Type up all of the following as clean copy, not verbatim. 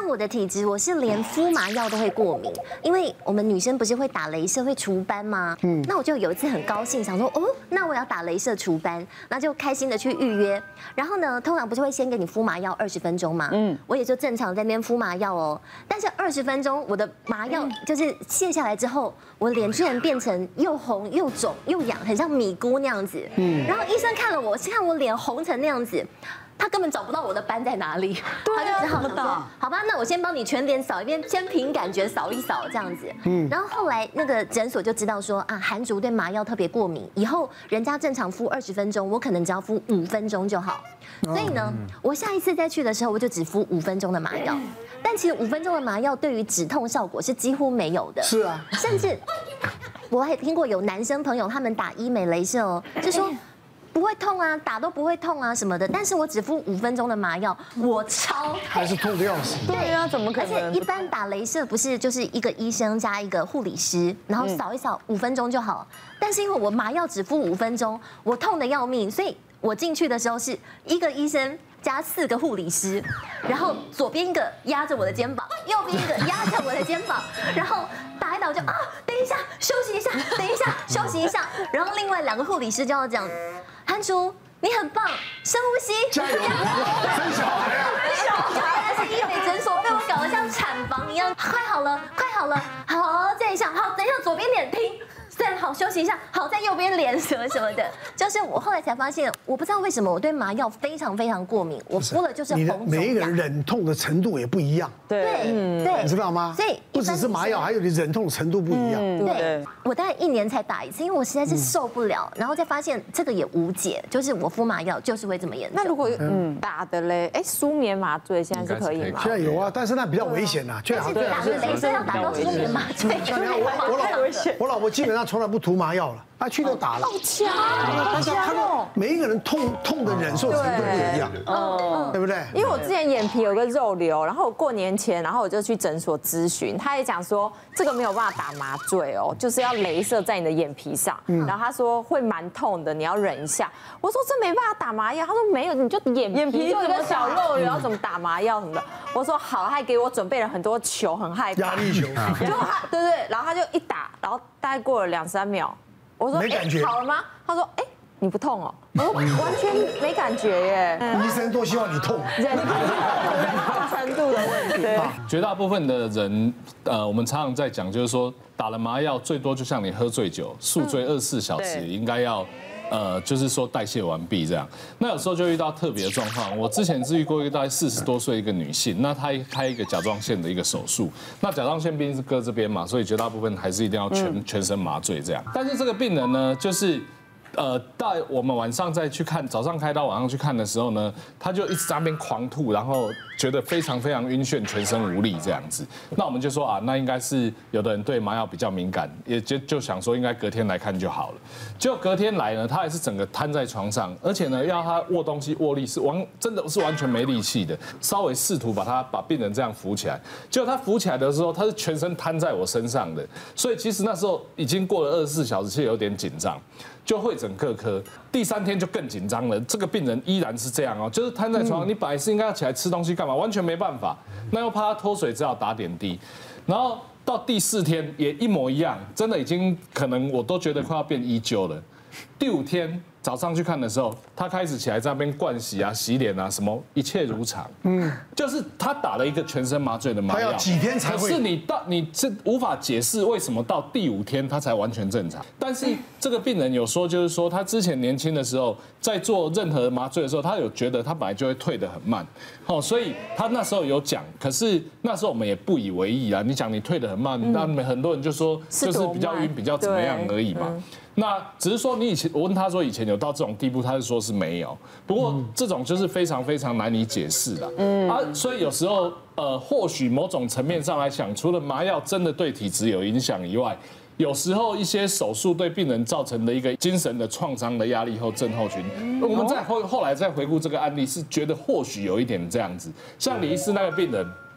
像我的体质，我是连敷麻药都会过敏，因为我们女生不是会打雷射会除斑吗？那我就有一次很高兴，想说哦，那我要打雷射除斑，那就开心的去预约。然后呢，通常不是会先给你敷麻药20分钟嘛？我也就正常在那边敷麻药哦。但是20分钟我的麻药就是卸下来之后，我脸居然变成又红又肿又痒，很像米菇那样子。然后医生看了我，看我脸红成那样子。他根本找不到我的斑在哪里，他就只好想说，好吧，那我先帮你全脸扫一遍，先凭感觉扫一扫这样子。然后后来那个诊所就知道说啊，韩竹对麻药特别过敏，以后人家正常敷20分钟，我可能只要敷5分钟就好。所以呢，我下一次再去的时候，我就只敷5分钟的麻药。但其实5分钟的麻药对于止痛效果是几乎没有的。 是啊， 甚至我还听过有男生朋友他们打医美雷射哦，就说。不会痛啊，打都不会痛啊什么的，但是我只敷5分钟的麻药，我超还是痛的要死。 对啊，怎么可能？ 而且一般打雷射不是就是一个医生加一个护理师，然后扫一扫5分钟就好。但是因为我麻药只敷5分钟，我痛得要命，所以我进去的时候是一个医生加4个护理师，然后左边一个压着我的肩膀，右边一个压着我的肩膀，然后打一打我就啊，等一下休息一下，等一下休息一下，然后另外2个护理师就要讲。韩竹，你很棒，深呼吸， 加油！生小孩啊！ 就原来是医美诊所，被我搞得像产房一样，快好了，快好了，好，再一下，好，等一下，左边脸停。再好休息一下，好在右边脸什么什么的，就是我后来才发现，我不知道为什么我对麻药非常非常过敏，我敷了就是红肿痒。 每一个人忍痛的程度也不一样， 对， 你知道吗？ 所以不只是麻药，还有你忍痛的程度不一样。 对，我大概1年才打一次，因为我实在是受不了，然后再发现这个也无解，就是我敷麻药就是会这么严重。 那如果打的嘞，舒眠麻醉现在是可以吗？ 现在有啊，但是那比较危险呐， 但是打个雷射要打到舒眠麻醉， 我老婆基本上从来不涂麻药了，她去都打了。 好强， 但是她说每一个人痛的忍受程度不一样，对不对？ 因为我之前眼皮有个肉瘤，然后我过年前，然后我就去诊所咨询，他也讲说这个没有办法打麻醉哦，就是要雷射在你的眼皮上，然后他说会蛮痛的，你要忍一下。我说这没办法打麻药，他说没有，你就眼皮就有一个小肉瘤，要怎么打麻药什么的。我说好，他还给我准备了很多球，很害怕压力球， 就他对，然后他就一打，然后大概过了2、3秒，我说没感觉好了吗？他说你不痛哦，我说完全没感觉耶。 医生多希望你痛。 忍程度的问题。 绝大部分的人，我们常常在讲，就是说打了麻药，最多就像你喝醉酒，宿醉24小时，应该要。就是说代谢完毕这样，那有时候就遇到特别的状况。我之前是遇过一个大概40多岁一个女性，那她开一个甲状腺的一个手术，那甲状腺毕竟是割这边嘛，所以绝大部分还是一定要全身麻醉这样。但是这个病人呢，就是到我们晚上再去看，早上开刀晚上去看的时候呢，他就一直在那边狂吐，然后觉得非常非常晕眩，全身无力这样子。那我们就说啊，那应该是有的人对麻药比较敏感，也就想说应该隔天来看就好了。结果隔天来呢，他还是整个瘫在床上，而且呢要他握东西握力是真的是完全没力气的。稍微试图把病人这样扶起来，结果他扶起来的时候，他是全身瘫在我身上的，所以其实那时候已经过了24小时，其实有点紧张。就会诊各科，第3天就更紧张了。这个病人依然是这样哦，就是瘫在床上，你本来是应该要起来吃东西干嘛，完全没办法。那又怕他脱水，只好打点滴。然后到第4天也一模一样，真的已经可能我都觉得快要变依旧了。第5天早上去看的时候，他开始起来在那边盥洗啊、洗脸啊，什么一切如常。就是他打了一个全身麻醉的麻药， 他要几天才会？ 可是你是无法解释为什么到第5天他才完全正常。但是这个病人有说，就是说他之前年轻的时候在做任何麻醉的时候，他有觉得他本来就会退得很慢，所以他那时候有讲，可是那时候我们也不以为意啊。你讲你退得很慢，那很多人就说就是比较晕、比较怎么样而已嘛。那只是说你以前，我问他说以前有到这种地步，他是说是没有。不过这种就是非常非常难以解释的，所以有时候或许某种层面上来讲，除了麻药真的对体质有影响以外，有时候一些手术对病人造成的一个精神的创伤的压力后症候群，我们在后来再回顾这个案例，是觉得或许有一点这样子。像李医师那个病人。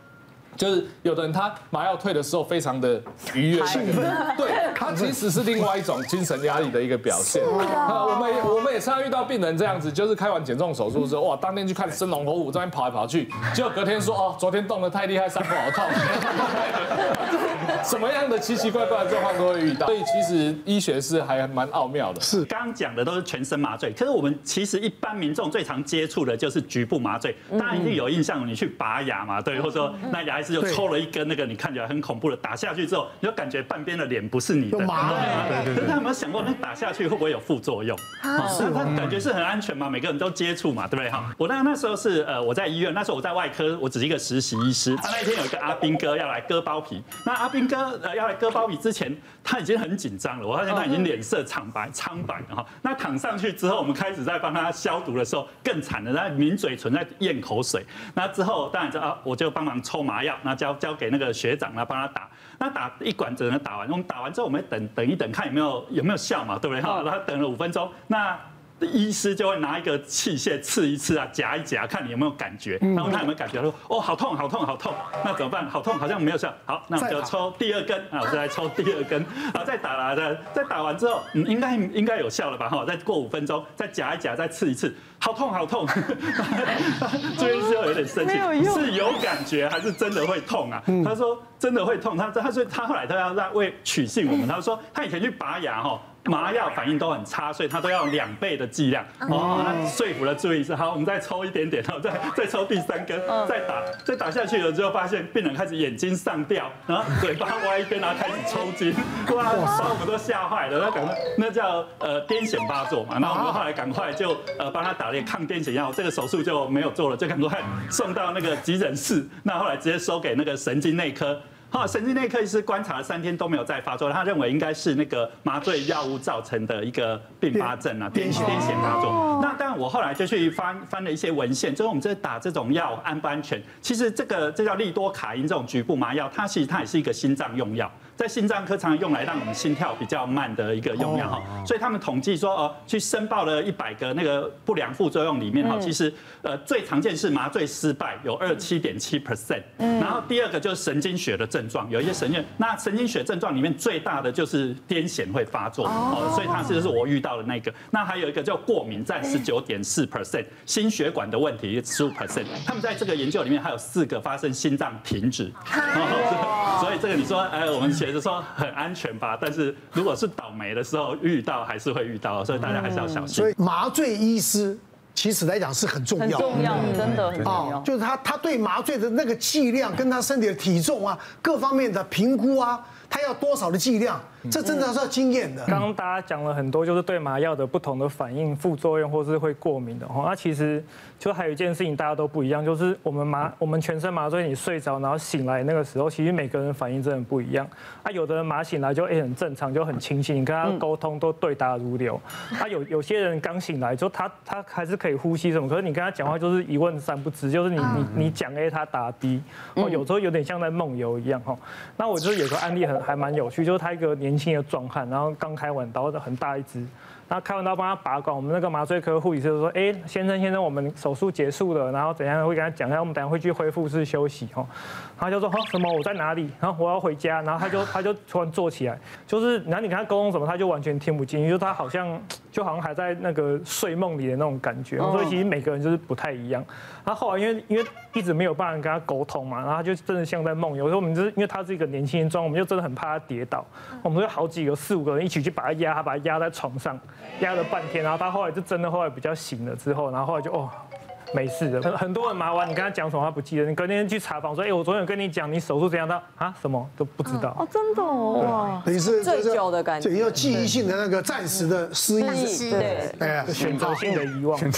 就是有的人他麻药退的时候非常的愉悦兴奋，对，他其实是另外一种精神压力的一个表现。我们也常常遇到病人这样子，就是开完减重手术之后，哇，当天去看生龙活虎，在那边跑来跑去，结果隔天说哦，昨天动得太厉害，伤口好痛。什么样的奇奇怪怪的状况都会遇到，所以其实医学是还蛮奥妙的。 是，刚刚讲的都是全身麻醉，可是我们其实一般民众最常接触的就是局部麻醉。大家一定有印象，你去拔牙嘛，对，或者说那牙医师就抽了一根那个你看起来很恐怖的，打下去之后，你就感觉半边的脸不是你的，可是他有没有想过，那打下去会不会有副作用？是，他感觉是很安全嘛，每个人都接触嘛，对不对？哈，我那时候是我在医院，那时候我在外科，我只是一个实习医师。那一天有一个阿兵哥要来割包皮，那阿兵哥要来割包皮之前，他已经很紧张了，我发现他已经脸色苍白了哈。那躺上去之后，我们开始在帮他消毒的时候，更惨了，他抿嘴唇在咽口水。那之后当然我就帮忙抽麻药，那交给那个学长来帮他打。那打一管子呢打完，我们打完之后我们等一等，看有没有效嘛，对不对？哈，然后等了5分钟，那医师就会拿一个器械刺一刺啊，夹一夹，看你有没有感觉。然后他有没有感觉？说哦，好痛，好痛，好痛。那怎么办？好痛，好像没有效。好，那我们就抽第2根啊，我再来抽第2根，然后再打啦，再打完之后，应该有效了吧？哈，再过5分钟，再夹一夹，再刺一刺。好痛，好痛！这边是有点生气，是有感觉还是真的会痛啊？他说真的会痛，他后来他要为取信我们，他说他以前去拔牙哈。麻药反应都很差，所以他都要2倍的剂量。哦，那说服了住院医师，好，我们再抽一点点，然后再抽第3根，再打下去了之后，发现病人开始眼睛上吊，然后嘴巴歪一边，然后开始抽筋，哇，把我们都吓坏了。那叫癫痫发作嘛。那我们后来赶快就帮他打了抗癫痫药，这个手术就没有做了，就赶快送到那个急诊室。那后来直接收给那个神经内科。好，神经内科医师观察了3天都没有再发作，他认为应该是那个麻醉药物造成的一个并发症啊，癫痫发作。那当然，我后来就去翻了一些文献，就是我们打这种药安不安全？其实这叫利多卡因这种局部麻药，它其实也是一个心脏用药。在心脏科常常用来让我们心跳比较慢的一个用药哈，所以他们统计说去申报了100个那个不良副作用里面哈，其实最常见是麻醉失败有27.7%，然后第2个就是神经血的症状，有一些神经血症状里面最大的就是癫痫会发作，所以它就是我遇到的那个。那还有一个叫过敏占19.4%，心血管的问题15%。他们在这个研究里面还有4个发生心脏停止，所以这个你说我们学着说很安全吧，但是如果是倒霉的时候遇到还是会遇到，所以大家还是要小心。 所以麻醉医师其实来讲是很重要， 很重要，真的很重要。 就是他对麻醉的那个剂量跟他身体的体重啊，各方面的评估啊，他要多少的剂量，这真的是要经验的。 刚刚大家讲了很多，就是对麻药的不同的反应、副作用，或是会过敏的哈。那其实就还有一件事情大家都不一样，就是我们全身麻醉，你睡着然后醒来那个时候，其实每个人反应真的不一样。啊，有的人麻醒来就很正常，就很清醒，你跟他沟通都对答如流。啊，有些人刚醒来就他还是可以呼吸什么，可是你跟他讲话就是一问三不知，就是你讲 A 他答 B， 有时候有点像在梦游一样哈。那我就有个案例还蛮有趣，就是他一个年轻的壮汉，然后刚开完刀，很大一只。然后开完刀帮他拔管，我们那个麻醉科护理师就说：“哎，先生，我们手术结束了，然后怎样会跟他讲一下，我们等下会去恢复室休息哈。”然后就说：“什么？我在哪里？然后我要回家。”然后他就突然坐起来，就是然后你跟他沟通什么，他就完全听不进去，就他好像还在那个睡梦里的那种感觉。所以其实每个人就是不太一样。然后后来因为一直没有办法跟他沟通嘛，然后他就真的像在梦游。有时候我们就是因为他是一个年轻人装，我们就真的很怕他跌倒，我们就好几个4、5个人一起去把他压在床上。压了半天，然后他后来就真的后来比较醒了之后，然后后来就没事的。很多人麻完，你跟他讲什么他不记得，你隔天去查房说，我昨天有跟你讲你手术怎样的啊，什么都不知道。 真的哇， 等于是醉酒的感觉， 有记忆性的那个暂时的失忆， 对， 哎， 选择性的遗忘。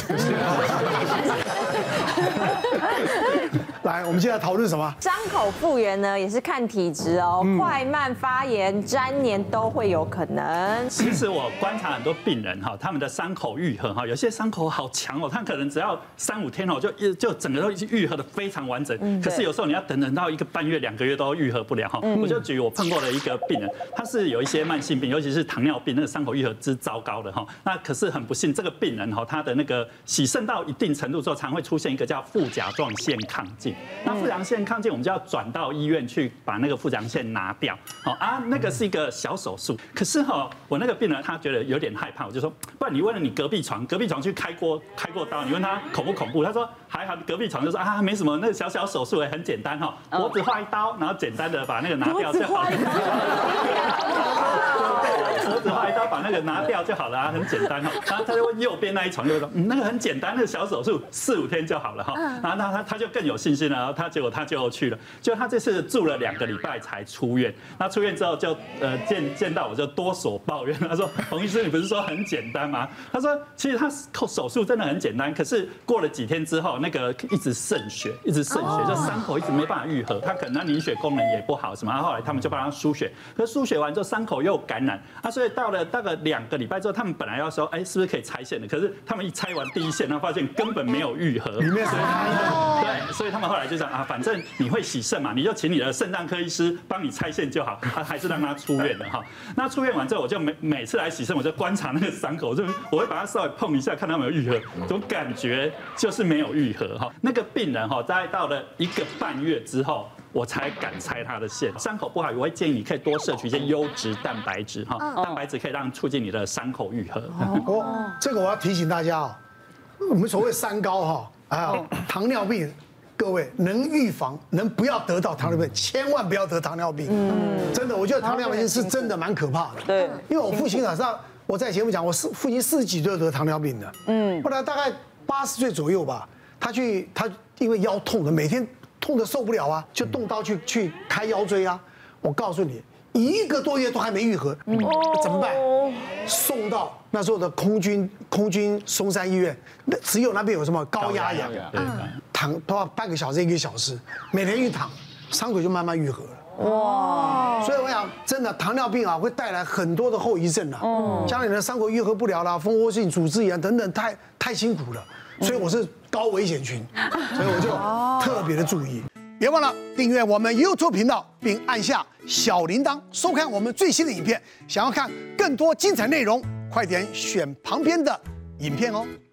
来，我们现在讨论什么？ 伤口复原呢，也是看体质哦，快慢发炎、粘连都会有可能。 其实我观察很多病人哈，他们的伤口愈合哈，有些伤口好强哦，他可能只要3、5天哦，就整个都愈合的非常完整。可是有时候你要等到1个半月、2个月都愈合不了哈。我就举我碰过的一个病人，他是有一些慢性病，尤其是糖尿病，那个伤口愈合之糟糕的哈。那可是很不幸，这个病人哈，他的那个洗肾到一定程度之后，常会出现一个叫副甲状腺亢进。 进。那腹腔线亢进，我们就要转到医院去把那个腹腔线拿掉。好啊，那个是一个小手术。可是我那个病人他觉得有点害怕，我就说，不然你问了你隔壁床去开过刀，你问他恐不恐怖？他说还好，隔壁床就说啊没什么，那个小手术也很简单哈，脖子划一刀，然后简单的把那个拿掉就好了。脖子划一刀把那个拿掉就好了啊，很简单哈。然后他就问右边那一床，就说那个很简单，那个小手术4-5天就好了哈。然后他就更有信心了，然后结果他就去了，就他这次住了2个礼拜才出院。那出院之后就见到我就多所抱怨，他说洪医师你不是说很简单吗？他说其实他手术真的很简单，可是过了几天之后那个一直渗血，就伤口一直没办法愈合，他可能凝血功能也不好什么，后来他们就帮他输血，可是输血完之后伤口又感染啊，所以到了大概2个礼拜之后，他们本来要说哎是不是可以拆线的，可是他们一拆完第一线，然后发现根本没有愈合， 里面对，所以他们后来就讲啊，反正你会洗肾嘛，你就请你的肾脏科医师帮你拆线就好，还是让他出院了哈。那出院完之后，我就每次来洗肾，我就观察那个伤口，我会把它稍微碰一下，看他有没有愈合，总感觉就是没有愈合哈。那个病人大概到了1个半月之后，我才敢拆他的线。伤口不好，我会建议你可以多摄取一些优质蛋白质哈，蛋白质可以促进你的伤口愈合。 这个我要提醒大家哦，我们所谓3高糖尿病。各位能预防，能不要得到糖尿病，千万不要得糖尿病。真的，我觉得糖尿病是真的蛮可怕的。 对， 因为我父亲我在节目讲，我父亲40几岁就得糖尿病的。后来大概80岁左右吧，他因为腰痛的，每天痛的受不了啊，就动刀去开腰椎啊。我告诉你，1个多月都还没愈合，怎么办？送到那时候的空军松山医院，只有那边有什么高压氧，躺都要半个小时1个小时，每天一躺，伤口就慢慢愈合了。哇！所以我想，真的糖尿病会带来很多的后遗症将来你的伤口愈合不了啦，蜂窝性组织炎等等，太辛苦了。所以我是高危险群，所以我就特别的注意。别忘了订阅我们 YouTube 频道，并按下小铃铛，收看我们最新的影片。想要看更多精彩内容，快点选旁边的影片哦。